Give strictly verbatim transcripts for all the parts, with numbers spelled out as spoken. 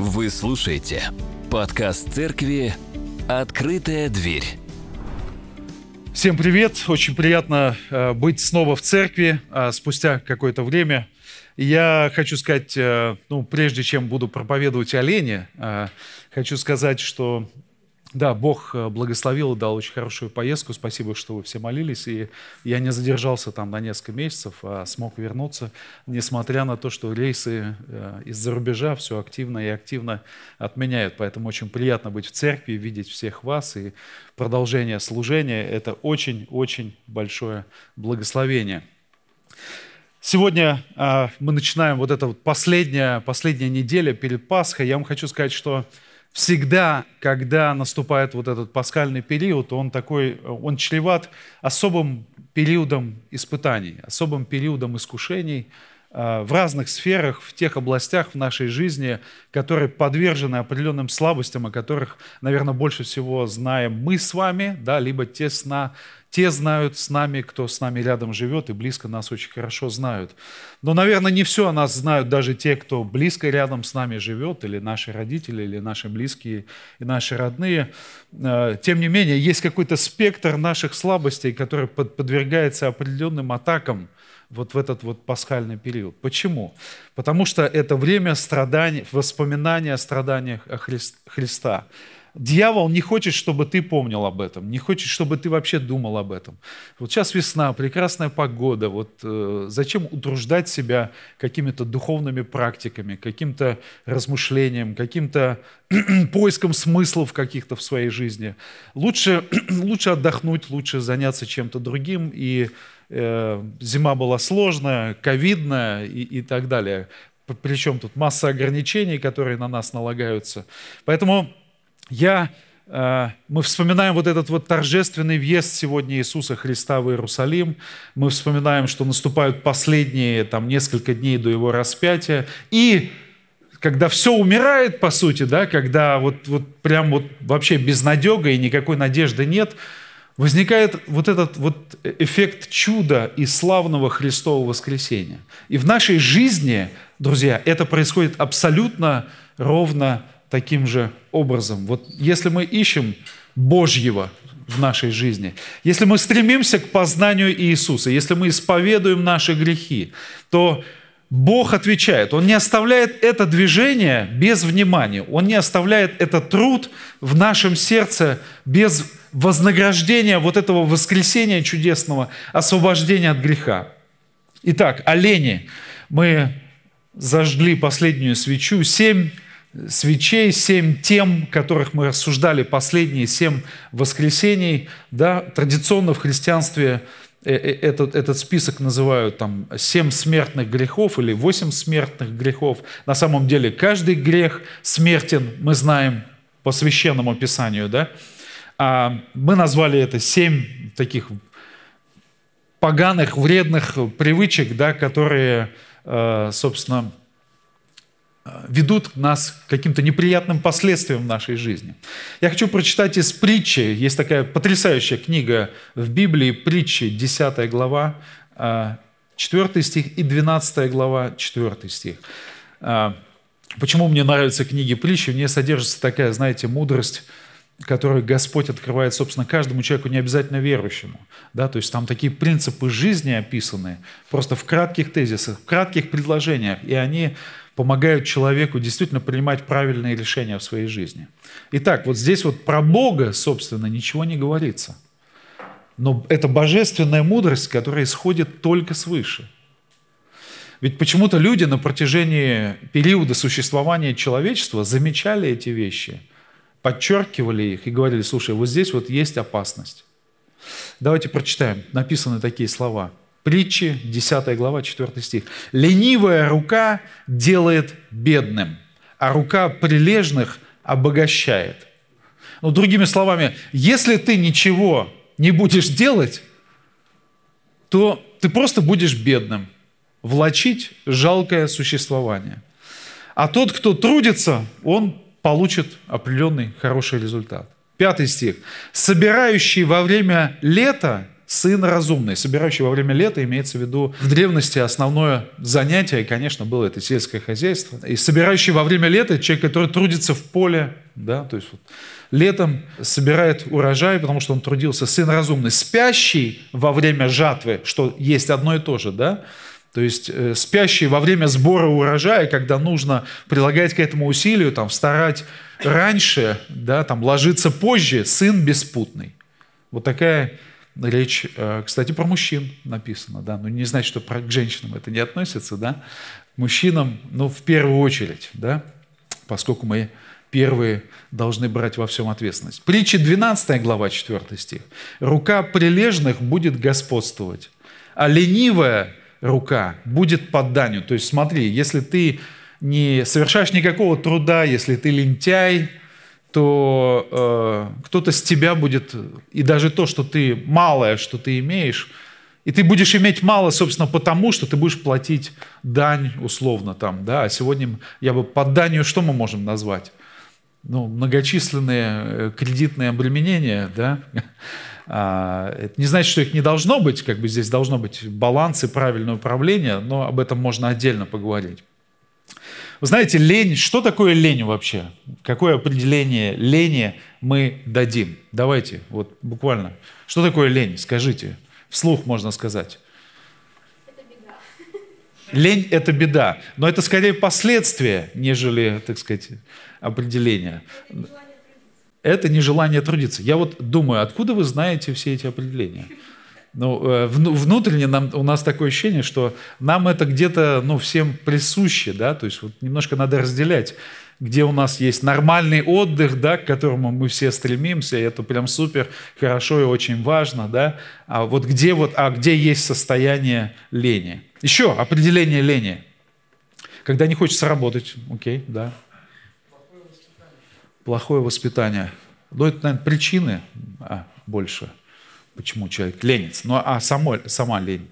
Вы слушаете подкаст церкви «Открытая дверь». Всем привет! Очень приятно э, быть снова в церкви э, спустя какое-то время. Я хочу сказать, э, ну, прежде чем буду проповедовать о лени, э, хочу сказать, что да, Бог благословил и дал очень хорошую поездку. Спасибо, что вы все молились. И я не задержался там на несколько месяцев, а смог вернуться, несмотря на то, что рейсы из-за рубежа все активно и активно отменяют. Поэтому очень приятно быть в церкви, видеть всех вас. И продолжение служения – это очень-очень большое благословение. Сегодня а, мы начинаем вот эта вот последняя, последняя неделя перед Пасхой. Я вам хочу сказать, что всегда, когда наступает вот этот пасхальный период, он такой, он чреват особым периодом испытаний, особым периодом искушений в разных сферах, в тех областях в нашей жизни, которые подвержены определенным слабостям, о которых, наверное, больше всего знаем мы с вами, да, либо те, сна, те знают с нами, кто с нами рядом живет и близко нас очень хорошо знают. Но, наверное, не все о нас знают даже те, кто близко рядом с нами живет, или наши родители, или наши близкие и наши родные. Тем не менее, есть какой-то спектр наших слабостей, который подвергается определенным атакам вот в этот вот пасхальный период. Почему? Потому что это время страданий, воспоминания о страданиях Христа. Дьявол не хочет, чтобы ты помнил об этом, не хочет, чтобы ты вообще думал об этом. Вот сейчас весна, прекрасная погода. Вот э, зачем утруждать себя какими-то духовными практиками, каким-то размышлением, каким-то поиском смыслов каких-то в своей жизни? Лучше, лучше отдохнуть, лучше заняться чем-то другим. И э, зима была сложная, ковидная и, и так далее. Причем тут масса ограничений, которые на нас налагаются. Поэтому Я, мы вспоминаем вот этот вот торжественный въезд сегодня Иисуса Христа в Иерусалим. Мы вспоминаем, что наступают последние там, несколько дней до Его распятия. И когда все умирает, по сути, да, когда вот, вот прям вот вообще безнадега и никакой надежды нет, возникает вот этот вот эффект чуда и славного Христового воскресения. И в нашей жизни, друзья, это происходит абсолютно ровно таким же образом. Вот если мы ищем Божьего в нашей жизни, если мы стремимся к познанию Иисуса, если мы исповедуем наши грехи, то Бог отвечает. Он не оставляет это движение без внимания. Он не оставляет этот труд в нашем сердце без вознаграждения вот этого воскресения чудесного, освобождения от греха. Итак, о лени. Мы зажгли последнюю свечу. Семь свечей, семь тем, которых мы рассуждали последние семь воскресений. Да, традиционно в христианстве этот, этот список называют там семь смертных грехов или восемь смертных грехов. На самом деле каждый грех смертен, мы знаем по священному писанию. Да? А мы назвали это семь таких поганых, вредных привычек, да, которые, собственно, ведут нас к каким-то неприятным последствиям в нашей жизни. Я хочу прочитать из притчи. Есть такая потрясающая книга в Библии, притчи, десятая глава, четвёртый стих и двенадцатая глава, четвёртый стих. Почему мне нравятся книги притчи? В ней содержится такая, знаете, мудрость, которую Господь открывает, собственно, каждому человеку, не обязательно верующему. Да? То есть там такие принципы жизни описаны, просто в кратких тезисах, в кратких предложениях, и они помогают человеку действительно принимать правильные решения в своей жизни. Итак, вот здесь вот про Бога, собственно, ничего не говорится. Но это божественная мудрость, которая исходит только свыше. Ведь почему-то люди на протяжении периода существования человечества замечали эти вещи, подчеркивали их и говорили: слушай, вот здесь вот есть опасность. Давайте прочитаем. Написаны такие слова. Притчи, десятая глава, четвёртый стих. «Ленивая рука делает бедным, а рука прилежных обогащает». Ну, другими словами, если ты ничего не будешь делать, то ты просто будешь бедным, влачить жалкое существование. А тот, кто трудится, он получит определенный хороший результат. Пятый стих. «Собирающий во время лета Сын разумный, собирающий во время лета, имеется в виду в древности основное занятие, конечно, было это сельское хозяйство. И собирающий во время лета человек, который трудится в поле, да, то есть вот летом собирает урожай, потому что он трудился. Сын разумный, спящий во время жатвы, что есть одно и то же, да. То есть э, спящий во время сбора урожая, когда нужно прилагать к этому усилию, там, вставать раньше, да, там, ложиться позже, сын беспутный. Вот такая речь, э, кстати, про мужчин написано, да, но не значит, что про, к женщинам это не относится, да, к мужчинам, ну, в первую очередь, да, поскольку мы первые должны брать во всем ответственность. Притча двенадцатая глава, четвёртый стих. «Рука прилежных будет господствовать, а ленивая рука будет под данью». То есть смотри, если ты не совершаешь никакого труда, если ты лентяй, то э, кто-то с тебя будет, и даже то, что ты малое, что ты имеешь, и ты будешь иметь мало, собственно, потому, что ты будешь платить дань условно там, да, а сегодня я бы под данью что мы можем назвать? Ну, многочисленные кредитные обременения, да, это не значит, что их не должно быть, как бы здесь должно быть баланс и правильное управление, но об этом можно отдельно поговорить. Вы знаете, лень, что такое лень вообще? Какое определение лени мы дадим? Давайте, вот буквально. Что такое лень? Скажите. Вслух можно сказать. Это беда. Лень – это беда, но это скорее последствия, нежели, так сказать, определение. Это нежелание трудиться. Я вот думаю, откуда вы знаете все эти определения? Ну, внутренне нам, у нас такое ощущение, что нам это где-то, ну, всем присуще, да, то есть вот немножко надо разделять, где у нас есть нормальный отдых, да, к которому мы все стремимся, и это прям супер хорошо и очень важно, да, а вот где вот, а где есть состояние лени. Еще определение лени. Когда не хочется работать, окей, да. Плохое воспитание. Ну, это, наверное, причины а, больше, почему человек ленится. Ну, а само, сама лень.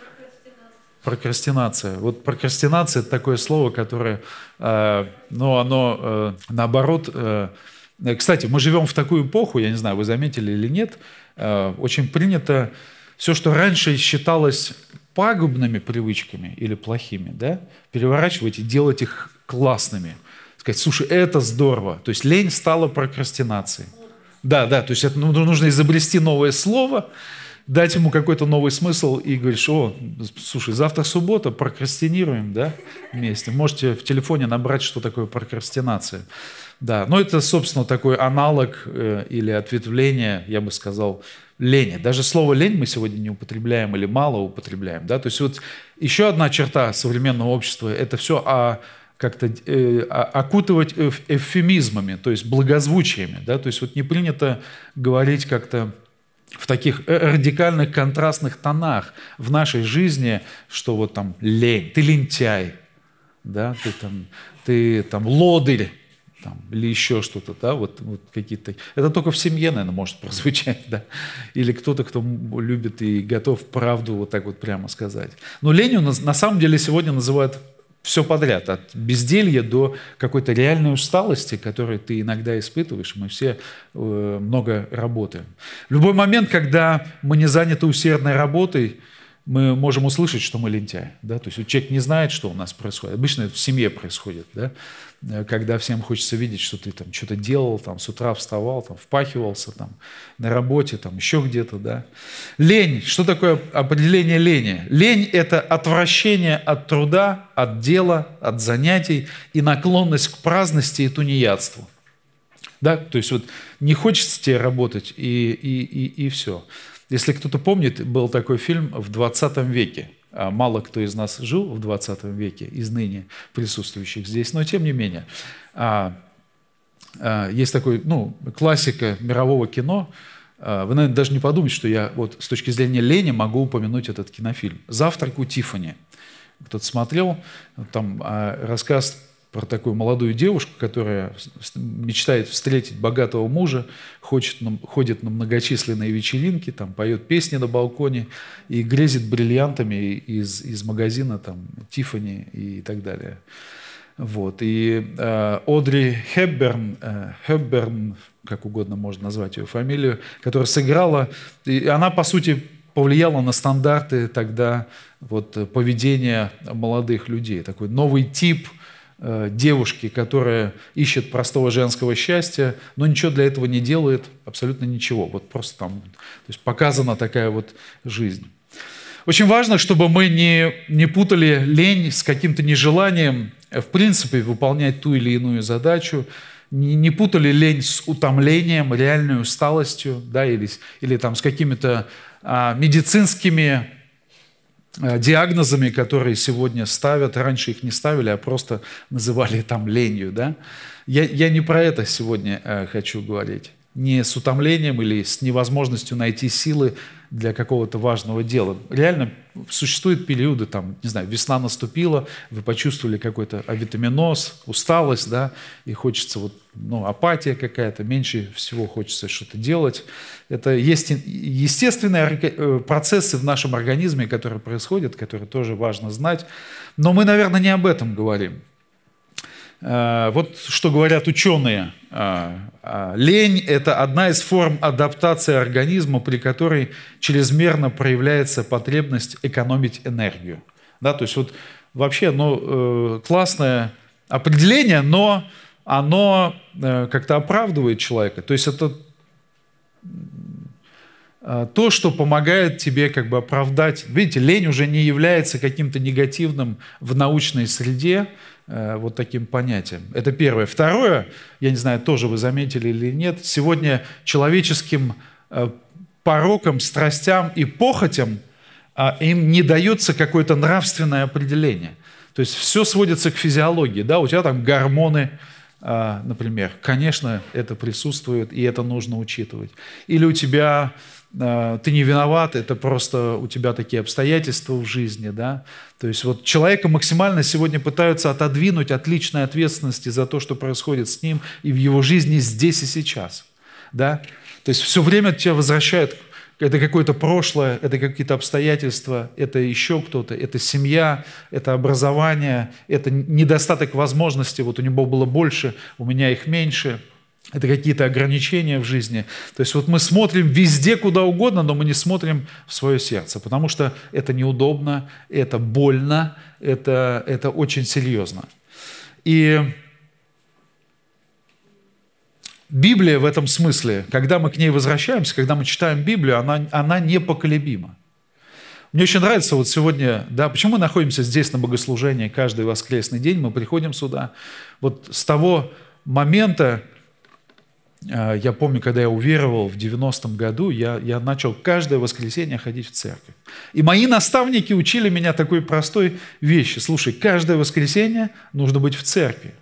Прокрастинация. Вот прокрастинация – это такое слово, которое, э, ну, оно, э, наоборот… Э, кстати, мы живем в такую эпоху, я не знаю, вы заметили или нет, э, очень принято все, что раньше считалось пагубными привычками или плохими, да, переворачивать и делать их классными. Сказать, слушай, это здорово. То есть лень стала прокрастинацией. Да, да, то есть это, ну, нужно изобрести новое слово, дать ему какой-то новый смысл и говоришь, о, слушай, завтра суббота, прокрастинируем, да, вместе. Можете в телефоне набрать, что такое прокрастинация. Да, но это, собственно, такой аналог э, или ответвление, я бы сказал, лени. Даже слово «лень» мы сегодня не употребляем или мало употребляем, да, то есть вот еще одна черта современного общества – это все о как-то э, окутывать эвфемизмами, то есть благозвучиями. Да? То есть вот не принято говорить как-то в таких радикальных контрастных тонах в нашей жизни, что вот там лень, ты лентяй, да? ты, там, ты там лодырь, там, или еще что-то, да, вот, вот какие-то. Это только в семье, наверное, может прозвучать, да, или кто-то, кто любит и готов правду вот так вот прямо сказать. Но ленью на, на самом деле сегодня называют все подряд, от безделья до какой-то реальной усталости, которую ты иногда испытываешь. Мы все э, много работаем. В любой момент, когда мы не заняты усердной работой, мы можем услышать, что мы лентяи. Да? То есть вот человек не знает, что у нас происходит. Обычно это в семье происходит, да? Когда всем хочется видеть, что ты там что-то делал, там, с утра вставал, там, впахивался там, на работе, там, еще где-то. Да? Лень. Что такое определение лени? Лень – это отвращение от труда, от дела, от занятий и наклонность к праздности и тунеядству. Да? То есть вот не хочется тебе работать, и, и, и, и все. Если кто-то помнит, был такой фильм в двадцатом веке. Мало кто из нас жил в двадцатом веке, из ныне присутствующих здесь, но тем не менее. Есть такой, ну, классика мирового кино. Вы, наверное, даже не подумайте, что я вот с точки зрения лени могу упомянуть этот кинофильм. «Завтрак у Тиффани». Кто-то смотрел, там рассказ про такую молодую девушку, которая мечтает встретить богатого мужа, хочет, ходит на многочисленные вечеринки, там, поет песни на балконе и грезит бриллиантами из, из магазина там, Тиффани и так далее. Вот. И э, Одри Хепберн, э, Хепберн, как угодно можно назвать ее фамилию, которая сыграла, и она, по сути, повлияло на стандарты тогда вот, поведения молодых людей. Такой новый тип э, девушки, которая ищет простого женского счастья, но ничего для этого не делает, абсолютно ничего. Вот просто там то есть показана такая вот жизнь. Очень важно, чтобы мы не, не путали лень с каким-то нежеланием, в принципе, выполнять ту или иную задачу, не, не путали лень с утомлением, реальной усталостью, да, или, или там, с какими-то а, медицинскими а, диагнозами, которые сегодня ставят. Раньше их не ставили, а просто называли там ленью. Да? Я, я не про это сегодня а, хочу говорить. Не с утомлением или с невозможностью найти силы для какого-то важного дела. Реально существуют периоды, там, не знаю, весна наступила, вы почувствовали какой-то авитаминоз, усталость, да, и хочется вот, ну, апатия какая-то, меньше всего хочется что-то делать. Это есть естественные процессы в нашем организме, которые происходят, которые тоже важно знать. Но мы, наверное, не об этом говорим. Вот что говорят ученые. Лень – это одна из форм адаптации организма, при которой чрезмерно проявляется потребность экономить энергию. Да, то есть вот вообще оно классное определение, но оно как-то оправдывает человека. То есть это то, что помогает тебе как бы оправдать. Видите, лень уже не является каким-то негативным в научной среде, вот таким понятием. Это первое. Второе, я не знаю, тоже вы заметили или нет, сегодня человеческим порокам, страстям и похотям им не дается какое-то нравственное определение. То есть все сводится к физиологии. Да? У тебя там гормоны, например. Конечно, это присутствует, и это нужно учитывать. Или у тебя... ты не виноват, это просто у тебя такие обстоятельства в жизни, да. То есть вот человека максимально сегодня пытаются отодвинуть от личной ответственности за то, что происходит с ним и в его жизни здесь и сейчас, да. То есть все время тебя возвращают, это какое-то прошлое, это какие-то обстоятельства, это еще кто-то, это семья, это образование, это недостаток возможностей, вот у него было больше, у меня их меньше. Это какие-то ограничения в жизни. То есть вот мы смотрим везде, куда угодно, но мы не смотрим в свое сердце, потому что это неудобно, это больно, это, это очень серьезно. И Библия в этом смысле, когда мы к ней возвращаемся, когда мы читаем Библию, она, она непоколебима. Мне очень нравится вот сегодня, да, почему мы находимся здесь на богослужении каждый воскресный день, мы приходим сюда. Вот с того момента, я помню, когда я уверовал в девяностом году, я, я начал каждое воскресенье ходить в церковь. И мои наставники учили меня такой простой вещи. Слушай, каждое воскресенье нужно быть в церкви.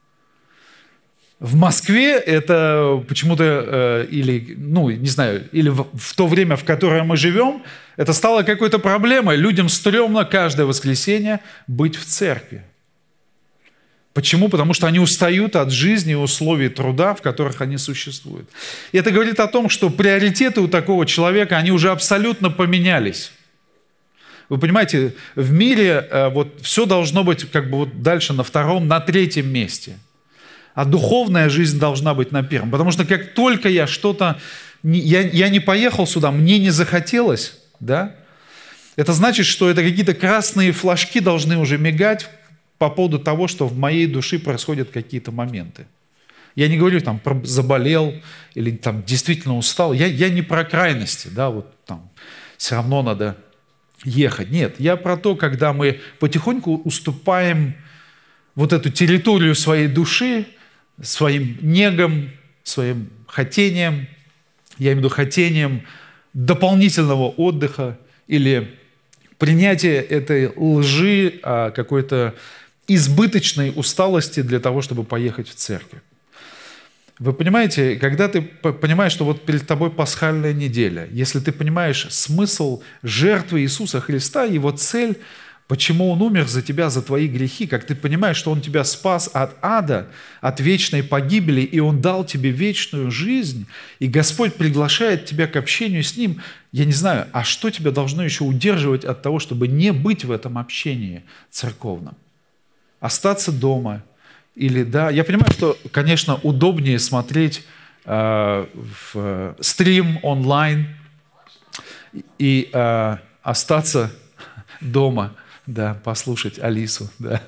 В Москве это почему-то, э, или, ну, не знаю, или в, в то время, в которое мы живем, это стало какой-то проблемой. Людям стрёмно каждое воскресенье быть в церкви. Почему? Потому что они устают от жизни и условий труда, в которых они существуют. И это говорит о том, что приоритеты у такого человека, они уже абсолютно поменялись. Вы понимаете, в мире вот все должно быть как бы вот дальше на втором, на третьем месте. А духовная жизнь должна быть на первом. Потому что как только я что-то... Я, я не поехал сюда, мне не захотелось, да? Это значит, что это какие-то красные флажки должны уже мигать по поводу того, что в моей душе происходят какие-то моменты. Я не говорю, там, про заболел или там действительно устал. Я, я не про крайности, да, вот там все равно надо ехать. Нет, я про то, когда мы потихоньку уступаем вот эту территорию своей души, своим негам, своим хотением, я имею в виду хотением дополнительного отдыха или принятия этой лжи, какой-то избыточной усталости для того, чтобы поехать в церковь. Вы понимаете, когда ты понимаешь, что вот перед тобой пасхальная неделя, если ты понимаешь смысл жертвы Иисуса Христа, его цель, почему Он умер за тебя, за твои грехи, как ты понимаешь, что Он тебя спас от ада, от вечной погибели, и Он дал тебе вечную жизнь, и Господь приглашает тебя к общению с Ним, я не знаю, а что тебя должно еще удерживать от того, чтобы не быть в этом общении церковном? Остаться дома или, да, я понимаю, что, конечно, удобнее смотреть э, в стрим онлайн, и а, остаться дома, да, послушать Алису. Да.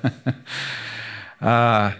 А,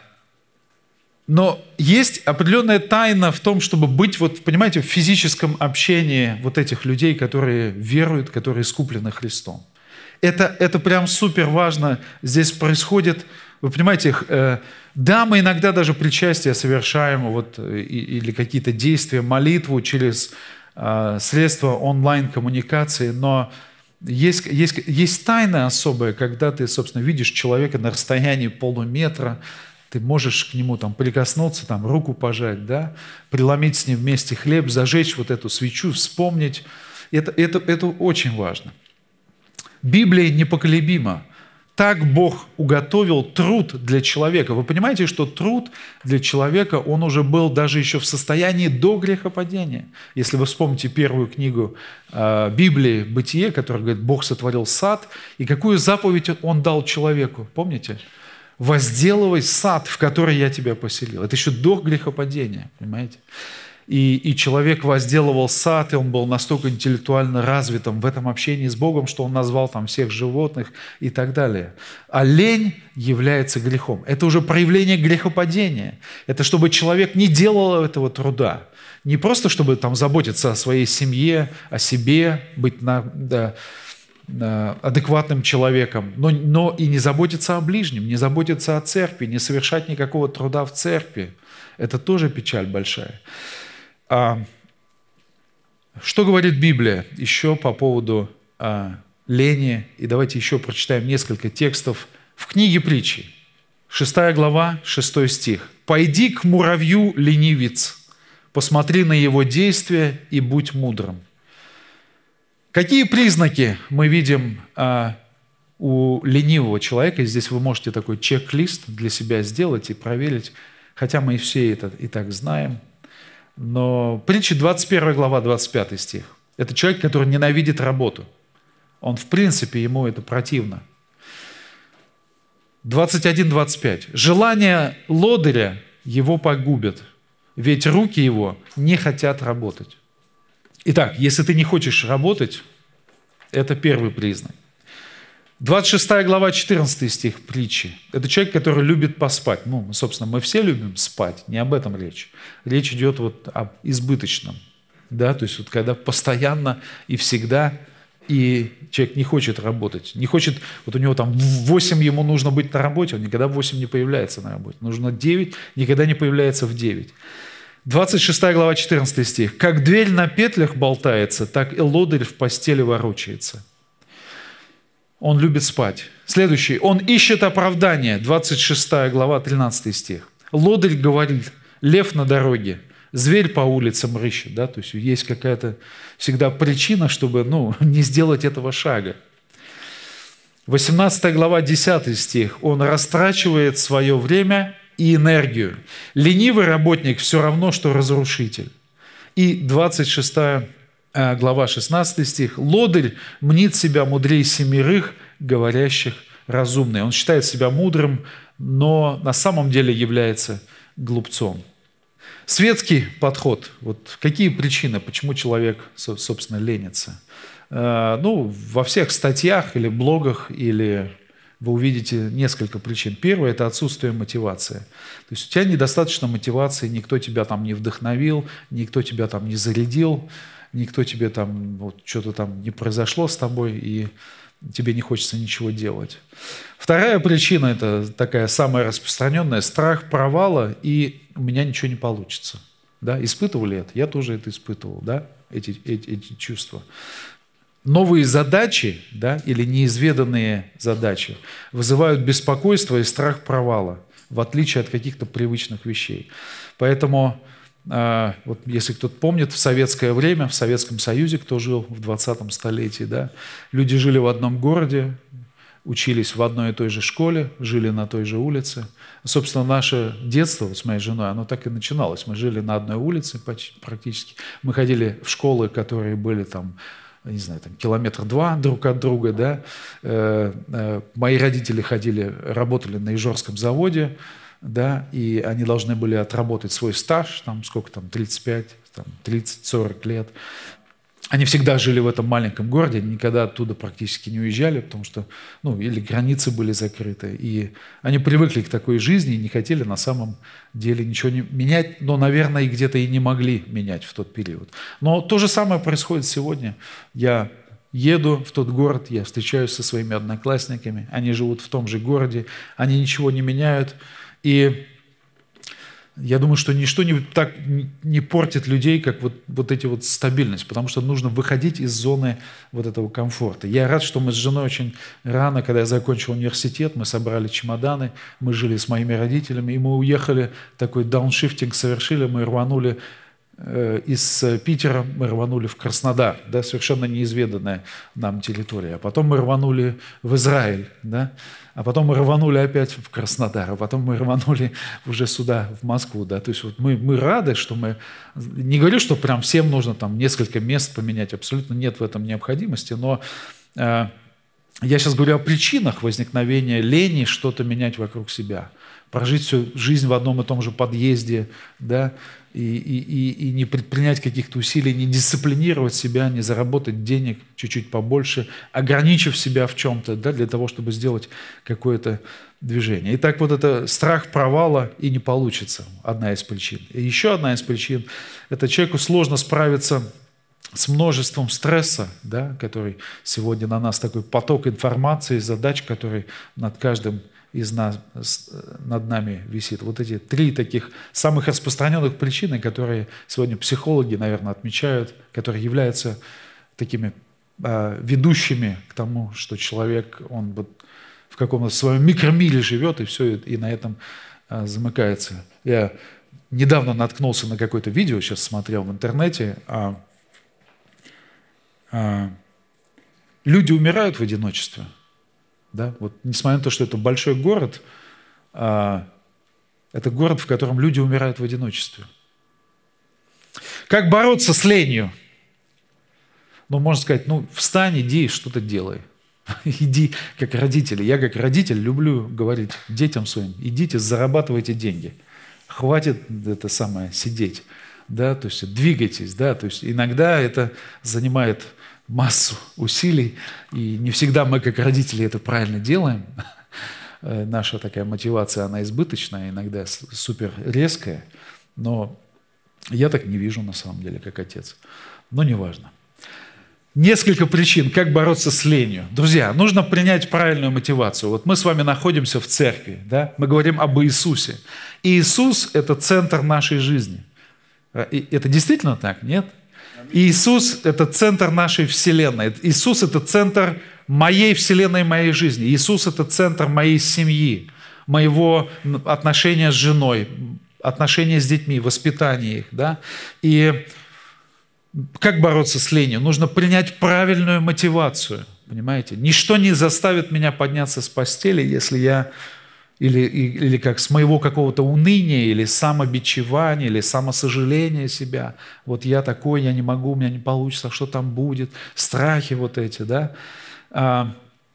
но есть определенная тайна в том, чтобы быть, вот, понимаете, в физическом общении вот этих людей, которые веруют, которые искуплены Христом. Это, это прям супер важно. Здесь происходит, вы понимаете, э, да, мы иногда даже причастие совершаем, вот, и, или какие-то действия, молитву через э, средства онлайн-коммуникации, но есть, есть, есть тайна особая, когда ты, собственно, видишь человека на расстоянии полуметра, ты можешь к нему там прикоснуться, там, руку пожать, да, преломить с ним вместе хлеб, зажечь вот эту свечу, вспомнить. Это, это, это очень важно. Библия непоколебима. Так Бог уготовил труд для человека. Вы понимаете, что труд для человека, он уже был даже еще в состоянии до грехопадения. Если вы вспомните первую книгу э, Библии «Бытие», которая говорит, Бог сотворил сад, и какую заповедь Он дал человеку, помните? «Возделывай сад, в который я тебя поселил». Это еще до грехопадения, понимаете? И, и человек возделывал сад, и он был настолько интеллектуально развитым в этом общении с Богом, что он назвал там всех животных и так далее. А лень является грехом. Это уже проявление грехопадения. Это чтобы человек не делал этого труда. Не просто чтобы там заботиться о своей семье, о себе, быть на, да, на адекватным человеком, но, но и не заботиться о ближнем, не заботиться о церкви, не совершать никакого труда в церкви. Это тоже печаль большая. А, что говорит Библия еще по поводу а, лени? И давайте еще прочитаем несколько текстов в книге Притчи. Шестая глава, шестой стих. «Пойди к муравью, ленивец, посмотри на его действия и будь мудрым». Какие признаки мы видим а, у ленивого человека? Здесь вы можете такой чек-лист для себя сделать и проверить, хотя мы и все это и так знаем. Но Притчи двадцать первая глава, двадцать пятый стих. Это человек, который ненавидит работу. Он, в принципе, ему это противно. двадцать один двадцать пять. «Желание лодыря его погубит, ведь руки его не хотят работать». Итак, если ты не хочешь работать, это первый признак. двадцать шестая глава, четырнадцатый стих Притчи. Это человек, который любит поспать. Ну, собственно, мы все любим спать, не об этом речь. Речь идет вот об избыточном. Да? То есть вот когда постоянно и всегда, и человек не хочет работать. Не хочет, вот у него там в восемь ему нужно быть на работе, он никогда в восемь не появляется на работе. Нужно девять, никогда не появляется в девять. двадцать шестая глава, четырнадцатый стих. «Как дверь на петлях болтается, так и лодырь в постели ворочается». Он любит спать. Следующий. «Он ищет оправдание». двадцать шестая глава, тринадцатый стих. «Лодырь говорит, лев на дороге, зверь по улицам рыщет». Да? То есть есть какая-то всегда причина, чтобы ну, не сделать этого шага. восемнадцатая глава, десятый стих. «Он растрачивает свое время и энергию. Ленивый работник все равно, что разрушитель». И двадцать шестая глава, шестнадцатый стих. «Лодырь мнит себя мудрее семерых, говорящих разумные». Он считает себя мудрым, но на самом деле является глупцом. Светский подход. Вот какие причины, почему человек, собственно, ленится? Ну, во всех статьях или блогах, или вы увидите несколько причин. Первое – это отсутствие мотивации. То есть у тебя недостаточно мотивации, никто тебя там не вдохновил, никто тебя там не зарядил, никто тебе там, вот, что-то там не произошло с тобой, и тебе не хочется ничего делать. Вторая причина – это такая самая распространенная – страх провала, и у меня ничего не получится. Да? Испытывали это? Я тоже это испытывал, да? эти, эти, эти чувства. Новые задачи, да, или неизведанные задачи вызывают беспокойство и страх провала, в отличие от каких-то привычных вещей. Поэтому, э, вот если кто-то помнит, в советское время, в Советском Союзе, кто жил в двадцатом столетии, да, люди жили в одном городе, учились в одной и той же школе, жили на той же улице. Собственно, наше детство вот с моей женой, оно так и начиналось. Мы жили на одной улице практически. Мы ходили в школы, которые были там, не знаю, там, километр два друг от друга, да. Э, э, мои родители ходили, работали на Ижорском заводе, да, и они должны были отработать свой стаж, там, сколько там, тридцать пять, там, тридцать-сорок лет. они всегда жили в этом маленьком городе, они никогда оттуда практически не уезжали, потому что, ну, или границы были закрыты. И они привыкли к такой жизни и не хотели на самом деле ничего не менять, но, наверное, и где-то и не могли менять в тот период. Но то же самое происходит сегодня. Я еду в тот город, я встречаюсь со своими одноклассниками, они живут в том же городе, они ничего не меняют. И я думаю, что ничто не так не портит людей, как вот, вот эти вот стабильность, потому что нужно выходить из зоны вот этого комфорта. Я рад, что мы с женой очень рано, когда я закончил университет, мы собрали чемоданы, мы жили с моими родителями, и мы уехали, такой дауншифтинг совершили, мы рванули э, из Питера, мы рванули в Краснодар, да, совершенно неизведанная нам территория. А потом мы рванули в Израиль, да, а потом мы рванули опять в Краснодар, а потом мы рванули уже сюда, в Москву. Да? То есть вот мы, мы рады, что мы... Не говорю, что прям всем нужно там несколько мест поменять, абсолютно нет в этом необходимости, но э, я сейчас говорю о причинах возникновения лени что-то менять вокруг себя. Прожить всю жизнь в одном и том же подъезде, да, и, и, и не предпринять каких-то усилий, не дисциплинировать себя, не заработать денег чуть-чуть побольше, ограничив себя в чем-то, да, для того, чтобы сделать какое-то движение. Итак, вот это страх провала и не получится, одна из причин. И еще одна из причин – это человеку сложно справиться с множеством стресса, да, который сегодня на нас такой поток информации, задач, который над каждым из нас, над нами висит. Вот эти три таких самых распространенных причины, которые сегодня психологи, наверное, отмечают, которые являются такими э, ведущими к тому, что человек, он вот в каком-то своем микромире живет, и все, и на этом э, замыкается. Я недавно наткнулся на какое-то видео, сейчас смотрел в интернете, а, а, люди умирают в одиночестве. Да? Вот, несмотря на то, что это большой город, а, это город, в котором люди умирают в одиночестве. Как бороться с ленью? Ну, можно сказать, ну, встань, иди, что-то делай. Иди, как родители. Я, как родитель, люблю говорить детям своим, идите, зарабатывайте деньги. Хватит это самое сидеть. Да? То есть двигайтесь. Да? То есть иногда это занимает массу усилий, и не всегда мы, как родители, это правильно делаем. Наша такая мотивация, она избыточная, иногда супер резкая, но я так не вижу на самом деле, как отец. Но неважно. Несколько причин, как бороться с ленью. Друзья, нужно принять правильную мотивацию. Вот мы с вами находимся в церкви, да? Мы говорим об Иисусе. И Иисус – это центр нашей жизни. И это действительно так, нет? Иисус – это центр нашей вселенной. Иисус – это центр моей вселенной, моей жизни. Иисус – это центр моей семьи, моего отношения с женой, отношения с детьми, воспитания их. Да? И как бороться с ленью? Нужно принять правильную мотивацию. Понимаете? Ничто не заставит меня подняться с постели, если я... Или, или как с моего какого-то уныния, или самобичевания, или самосожаления себя. Вот я такой, я не могу, у меня не получится, что там будет. Страхи вот эти, да. А,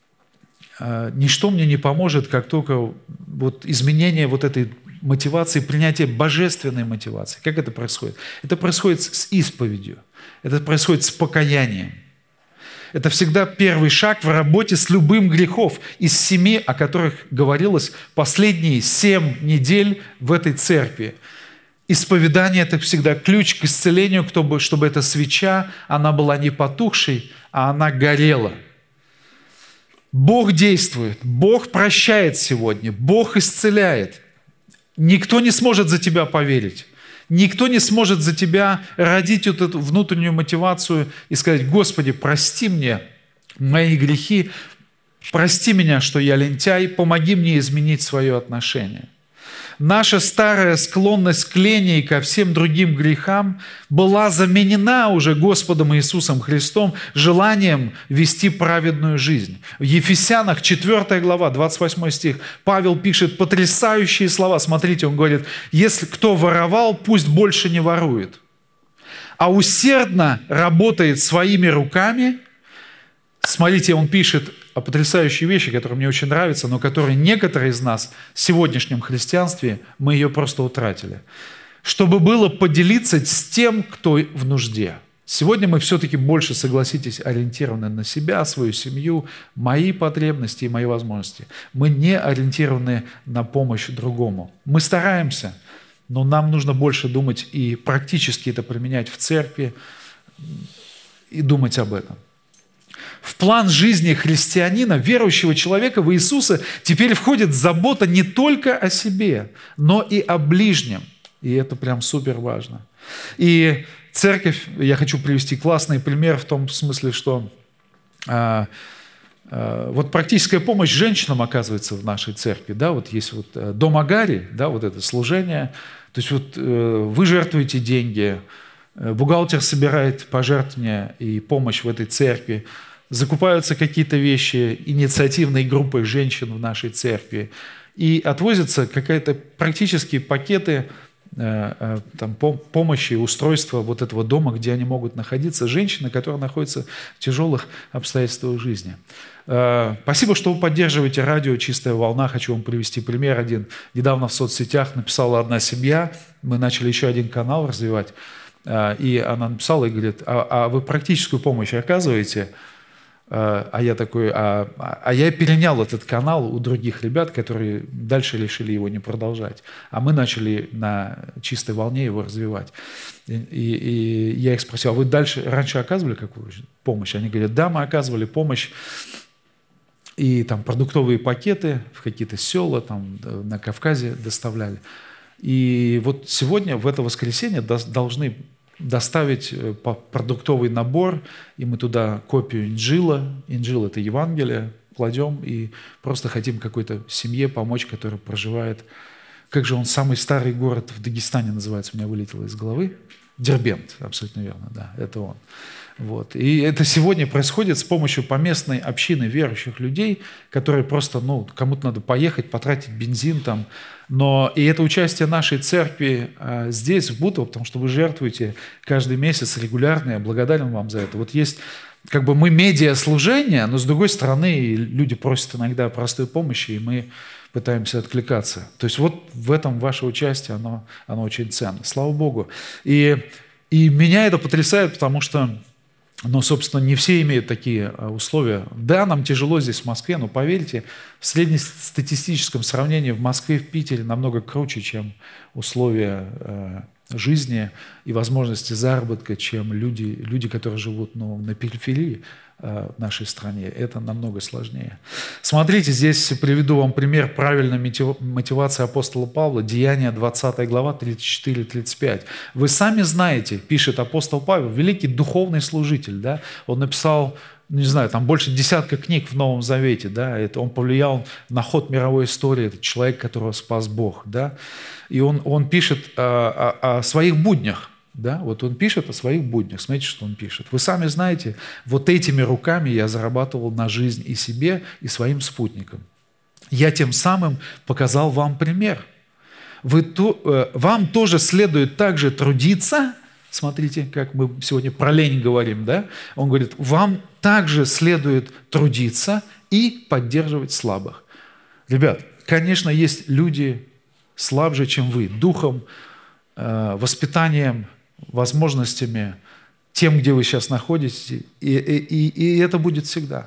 а, ничто мне не поможет, как только вот изменение вот этой мотивации, принятие божественной мотивации. Как это происходит? Это происходит с исповедью. Это происходит с покаянием. Это всегда первый шаг в работе с любым грехом из семи, о которых говорилось последние семь недель в этой церкви. Исповедание – это всегда ключ к исцелению, чтобы эта свеча, она была не потухшей, а она горела. Бог действует, Бог прощает сегодня, Бог исцеляет. Никто не сможет за тебя поверить. Никто не сможет за тебя родить вот эту внутреннюю мотивацию и сказать: Господи, прости мне мои грехи, прости меня, что я лентяй, помоги мне изменить свое отношение. Наша старая склонность к лени и ко всем другим грехам была заменена уже Господом Иисусом Христом желанием вести праведную жизнь. В Ефесянах четвёртая глава, двадцать восьмой стих, Павел пишет потрясающие слова. Смотрите, он говорит: «Если кто воровал, пусть больше не ворует, а усердно работает своими руками». Смотрите, он пишет о потрясающей вещи, которая мне очень нравится, но которые некоторые из нас в сегодняшнем христианстве, мы ее просто утратили. Чтобы было поделиться с тем, кто в нужде. Сегодня мы все-таки больше, согласитесь, ориентированы на себя, свою семью, мои потребности и мои возможности. Мы не ориентированы на помощь другому. Мы стараемся, но нам нужно больше думать и практически это применять в церкви и думать об этом. В план жизни христианина, верующего человека в Иисуса, теперь входит забота не только о себе, но и о ближнем. И это прям супер важно. И церковь, я хочу привести классный пример в том смысле, что а, а, вот практическая помощь женщинам оказывается в нашей церкви. Да, вот есть вот Дом Агари, да, вот это служение. То есть вот вы жертвуете деньги, бухгалтер собирает пожертвования и помощь в этой церкви, закупаются какие-то вещи инициативной группой женщин в нашей церкви, и отвозятся какие-то практические пакеты там, помощи, устройства вот этого дома, где они могут находиться, женщины, которые находятся в тяжелых обстоятельствах жизни. Спасибо, что вы поддерживаете радио «Чистая волна». Хочу вам привести пример один. Недавно в соцсетях написала одна семья, мы начали еще один канал развивать, и она написала и говорит: а, а вы практическую помощь оказываете? А я такой, а, а я перенял этот канал у других ребят, которые дальше решили его не продолжать. А мы начали на чистой волне его развивать. И, и, и я их спросил: а вы дальше, раньше оказывали какую помощь? Они говорят: да, мы оказывали помощь. И там продуктовые пакеты в какие-то села там, на Кавказе доставляли. И вот сегодня, в это воскресенье, должны доставить продуктовый набор, и мы туда копию Инджила, Инджил – это Евангелие, кладем и просто хотим какой-то семье помочь, которая проживает. Как же он, самый старый город в Дагестане называется, у меня вылетело из головы? Дербент, абсолютно верно, да, это он. Вот. И это сегодня происходит с помощью поместной общины верующих людей, которые просто, ну, кому-то надо поехать, потратить бензин там. Но и это участие нашей церкви а, здесь, в Бутово, потому что вы жертвуете каждый месяц регулярно, я благодарен вам за это. Вот есть, как бы мы медиаслужение, но с другой стороны люди просят иногда простой помощи, и мы пытаемся откликаться. То есть вот в этом ваше участие, оно, оно очень ценно. Слава Богу. И, и меня это потрясает, потому что, ну, собственно, не все имеют такие условия. Да, нам тяжело здесь, в Москве, но поверьте, в среднестатистическом сравнении в Москве, в Питере намного круче, чем условия э, жизни и возможности заработка, чем люди, люди которые живут, ну, на периферии э, в нашей стране. Это намного сложнее. Смотрите, здесь приведу вам пример правильной мотивации апостола Павла. Деяния, двадцатая глава, тридцать четыре тридцать пять. Вы сами знаете, пишет апостол Павел, великий духовный служитель, да? Он написал, не знаю, там больше десятка книг в Новом Завете, да? Это он повлиял на ход мировой истории, это человек, которого спас Бог, да? И он, он пишет о, о, о своих буднях. Да? Вот он пишет о своих буднях. Смотрите, что он пишет. Вы сами знаете, вот этими руками я зарабатывал на жизнь и себе, и своим спутникам. Я тем самым показал вам пример. Вы то, э, вам тоже следует также трудиться. Смотрите, как мы сегодня про лень говорим. Да? Он говорит, вам также следует трудиться и поддерживать слабых. Ребят, конечно, есть люди слабже, чем вы, духом, э, воспитанием, возможностями, тем, где вы сейчас находитесь, и, и, и это будет всегда.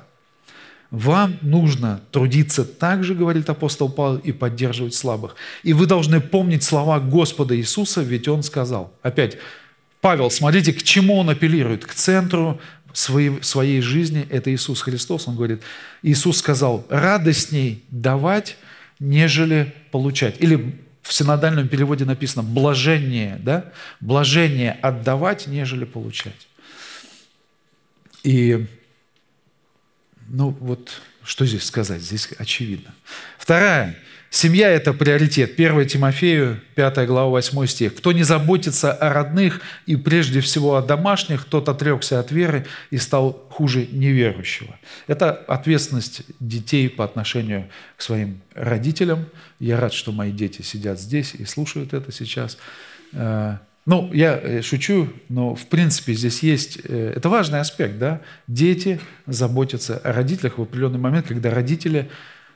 Вам нужно трудиться так же, говорит апостол Павел, и поддерживать слабых. И вы должны помнить слова Господа Иисуса, ведь Он сказал. Опять, Павел, смотрите, к чему он апеллирует? К центру своей, своей жизни, это Иисус Христос. Он говорит, Иисус сказал, радостней давать, нежели получать. Или в синодальном переводе написано «блаженнее», да? «Блаженнее отдавать, нежели получать». И, ну вот, что здесь сказать? Здесь очевидно. Вторая. Семья – это приоритет. первое Тимофею, пятая глава, восьмой стих. «Кто не заботится о родных и прежде всего о домашних, тот отрекся от веры и стал хуже неверующего». Это ответственность детей по отношению к своим родителям. Я рад, что мои дети сидят здесь и слушают это сейчас. Ну, я шучу, но в принципе здесь есть… Это важный аспект, да? Дети заботятся о родителях в определенный момент, когда родители…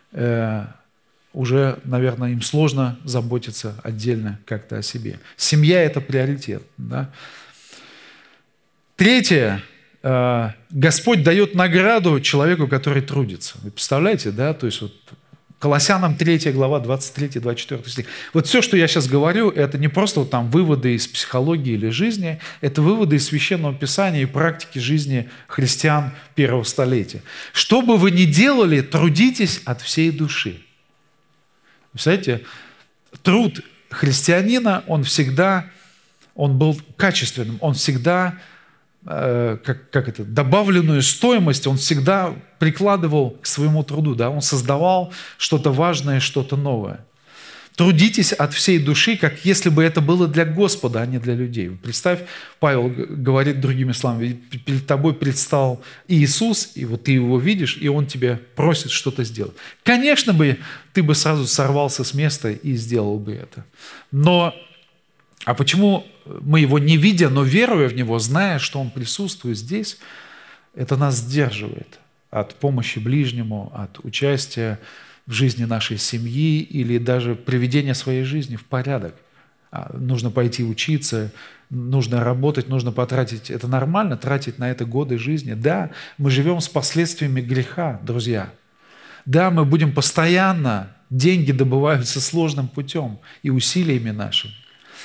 уже, наверное, им сложно заботиться отдельно как-то о себе. Семья – это приоритет. Да? Третье. Господь дает награду человеку, который трудится. Вы представляете, да? То есть вот Колоссянам третья глава, двадцать третий двадцать четвёртый стих. Вот все, что я сейчас говорю, это не просто вот там выводы из психологии или жизни, это выводы из Священного Писания и практики жизни христиан первого столетия. Что бы вы ни делали, трудитесь от всей души. Представляете, труд христианина, он всегда, он был качественным, он всегда, э, как, как это, добавленную стоимость, он всегда прикладывал к своему труду, да, он создавал что-то важное, что-то новое. Трудитесь от всей души, как если бы это было для Господа, а не для людей. Представь, Павел говорит другими словами, перед тобой предстал Иисус, и вот ты его видишь, и он тебе просит что-то сделать. Конечно бы ты бы сразу сорвался с места и сделал бы это. Но, а почему мы его не видя, но веруя в него, зная, что он присутствует здесь, это нас сдерживает от помощи ближнему, от участия в жизни нашей семьи или даже приведения своей жизни в порядок. Нужно пойти учиться, нужно работать, нужно потратить. Это нормально, тратить на это годы жизни. Да, мы живем с последствиями греха, друзья. Да, мы будем постоянно, деньги добываются сложным путем и усилиями нашими.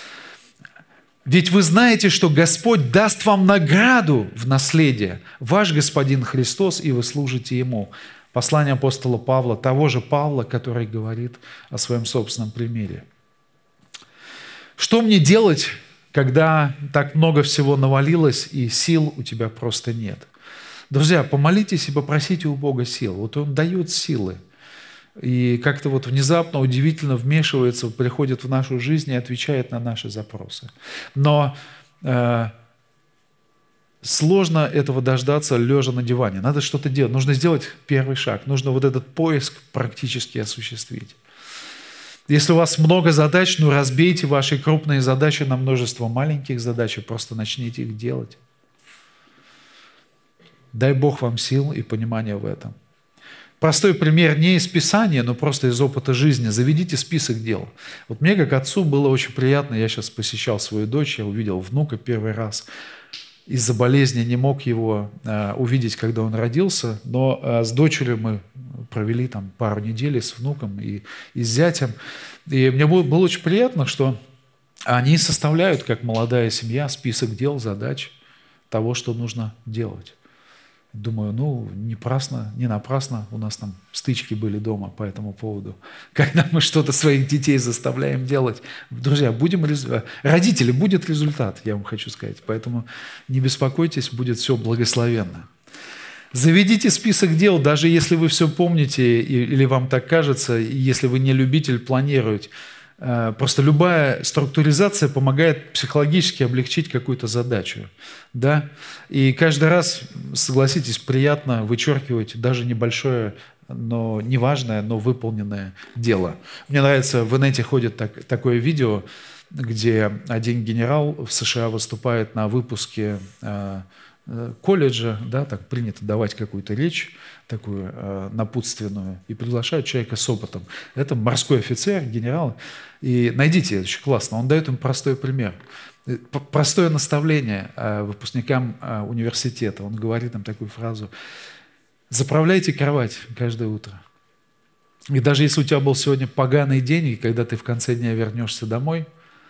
Ведь вы знаете, что Господь даст вам награду в наследие, ваш Господин Христос, и вы служите Ему. Послание апостола Павла, того же Павла, который говорит о своем собственном примере. Что мне делать, когда так много всего навалилось, и сил у тебя просто нет? Друзья, помолитесь и попросите у Бога сил. Вот Он дает силы. И как-то вот внезапно, удивительно вмешивается, приходит в нашу жизнь и отвечает на наши запросы. Но э, сложно этого дождаться, лежа на диване. Надо что-то делать. Нужно сделать первый шаг. Нужно вот этот поиск практически осуществить. Если у вас много задач, ну разбейте ваши крупные задачи на множество маленьких задач и просто начните их делать. Дай Бог вам сил и понимания в этом. Простой пример не из Писания, но просто из опыта жизни. Заведите список дел. Вот мне, как отцу, было очень приятно. Я сейчас посещал свою дочь, я увидел внука первый раз. Из-за болезни не мог его э, увидеть, когда он родился, но э, с дочерью мы провели там пару недель с внуком и, и с зятем. И мне было, было очень приятно, что они составляют, как молодая семья, список дел, задач, того, что нужно делать. Думаю, ну, не напрасно, не напрасно у нас там стычки были дома по этому поводу. Когда мы что-то своих детей заставляем делать. Друзья, будем резу... родители, будет результат, я вам хочу сказать. Поэтому не беспокойтесь, будет все благословенно. Заведите список дел, даже если вы все помните или вам так кажется, если вы не любитель планировать. Просто любая структуризация помогает психологически облегчить какую-то задачу. Да? И каждый раз, согласитесь, приятно вычеркивать даже небольшое, но неважное, но выполненное дело. Мне нравится, в инете ходит так, такое видео, где один генерал в США выступает на выпуске э, колледжа, да, так принято давать какую-то речь, такую э, напутственную, и приглашают человека с опытом. Это морской офицер, генерал. И найдите, это очень классно. Он дает им простой пример. Простое наставление э, выпускникам э, университета. Он говорит им такую фразу: «Заправляйте кровать каждое утро. И даже если у тебя был сегодня поганый день, и когда ты в конце дня вернешься домой,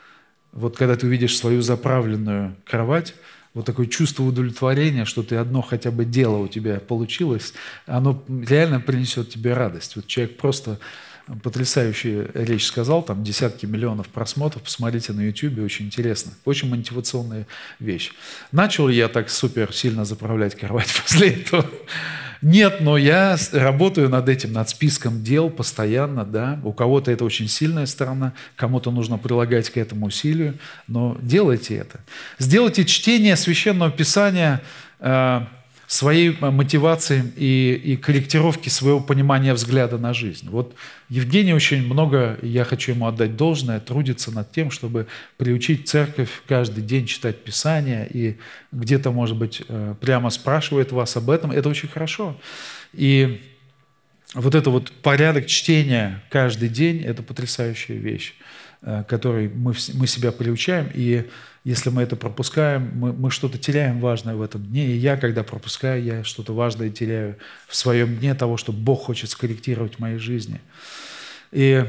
вот когда ты увидишь свою заправленную кровать, вот такое чувство удовлетворения, что ты одно хотя бы дело у тебя получилось, оно реально принесет тебе радость». Вот человек просто потрясающую речь сказал, там десятки миллионов просмотров, посмотрите на ютубе, очень интересно, очень мотивационная вещь. Начал ли я так супер сильно заправлять кровать после этого? Нет, но я работаю над этим, над списком дел постоянно, да. У кого-то это очень сильная сторона, кому-то нужно прилагать к этому усилию, но делайте это. Сделайте чтение Священного Писания э, своей мотивацией и, и корректировки своего понимания взгляда на жизнь. Вот Евгений очень много, я хочу ему отдать должное, трудится над тем, чтобы приучить церковь каждый день читать Писание, и где-то, может быть, прямо спрашивает вас об этом. Это очень хорошо. И вот это вот порядок чтения каждый день – это потрясающая вещь. который мы, мы себя приучаем, и если мы это пропускаем, мы, мы что-то теряем важное в этом дне. И я, когда пропускаю, я что-то важное теряю в своем дне того, что Бог хочет скорректировать в моей жизни. И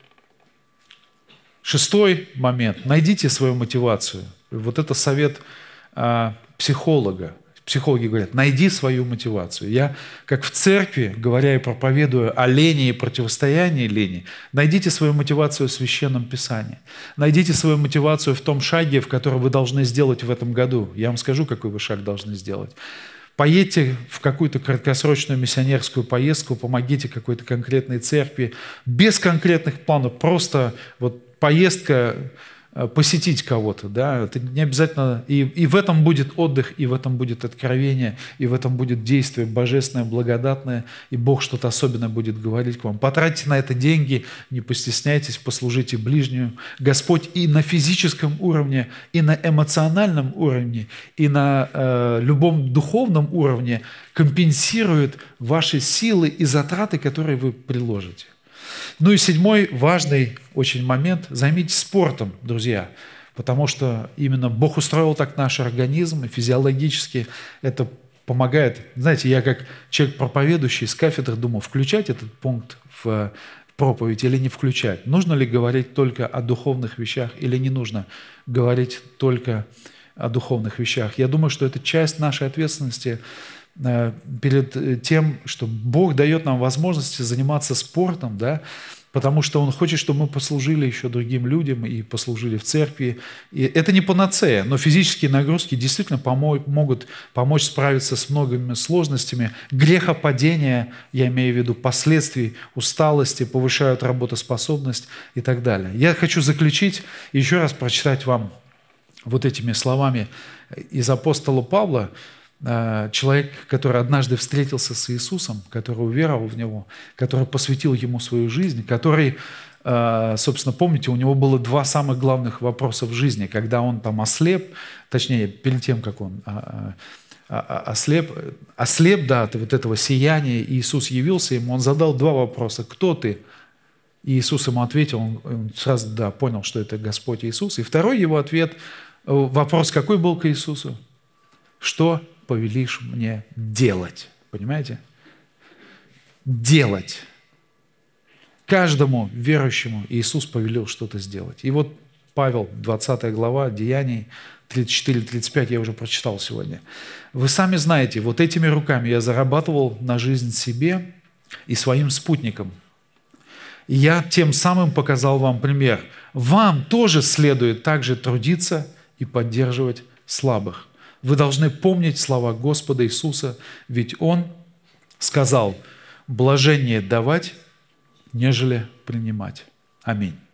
шестой момент. Найдите свою мотивацию. Вот это совет а, психолога. Психологи говорят, найди свою мотивацию. Я, как в церкви, говоря и проповедую о лени и противостоянии лени, найдите свою мотивацию в Священном Писании. Найдите свою мотивацию в том шаге, в который вы должны сделать в этом году. Я вам скажу, какой вы шаг должны сделать. Поедьте в какую-то краткосрочную миссионерскую поездку, помогите какой-то конкретной церкви, без конкретных планов, просто вот поездка, посетить кого-то, да, это не обязательно, и, и в этом будет отдых, и в этом будет откровение, и в этом будет действие божественное, благодатное, и Бог что-то особенное будет говорить к вам. Потратьте на это деньги, не постесняйтесь, послужите ближнему. Господь и на физическом уровне, и на эмоциональном уровне, и на э, любом духовном уровне компенсирует ваши силы и затраты, которые вы приложите. Ну и седьмой важный очень момент. Займитесь спортом, друзья, потому что именно Бог устроил так наш организм, и физиологически это помогает. Знаете, я как человек проповедующий с кафедры думал, включать этот пункт в проповедь или не включать. Нужно ли говорить только о духовных вещах или не нужно говорить только о духовных вещах? Я думаю, что это часть нашей ответственности перед тем, что Бог дает нам возможности заниматься спортом, да, потому что Он хочет, чтобы мы послужили еще другим людям и послужили в церкви. И это не панацея, но физические нагрузки действительно помо- могут помочь справиться с многими сложностями. Грехопадения, я имею в виду последствий усталости, повышают работоспособность и так далее. Я хочу заключить и еще раз прочитать вам вот этими словами из апостола Павла, человек, который однажды встретился с Иисусом, который уверовал в Него, который посвятил Ему свою жизнь, который, собственно, помните, у него было два самых главных вопроса в жизни, когда он там ослеп, точнее, перед тем, как он ослеп, ослеп, да, от вот этого сияния, Иисус явился ему, он задал два вопроса. «Кто ты?» И Иисус ему ответил, он, он сразу, да, понял, что это Господь Иисус. И второй его ответ, вопрос какой был к Иисусу? «Что повелишь мне делать?» Понимаете? Делать. Каждому верующему Иисус повелел что-то сделать. И вот Павел, двадцатая глава, Деяний, тридцать четыре тридцать пять, я уже прочитал сегодня. Вы сами знаете, вот этими руками я зарабатывал на жизнь себе и своим спутникам. И я тем самым показал вам пример. Вам тоже следует также трудиться и поддерживать слабых. Вы должны помнить слова Господа Иисуса, ведь Он сказал: «Блажение давать, нежели принимать». Аминь.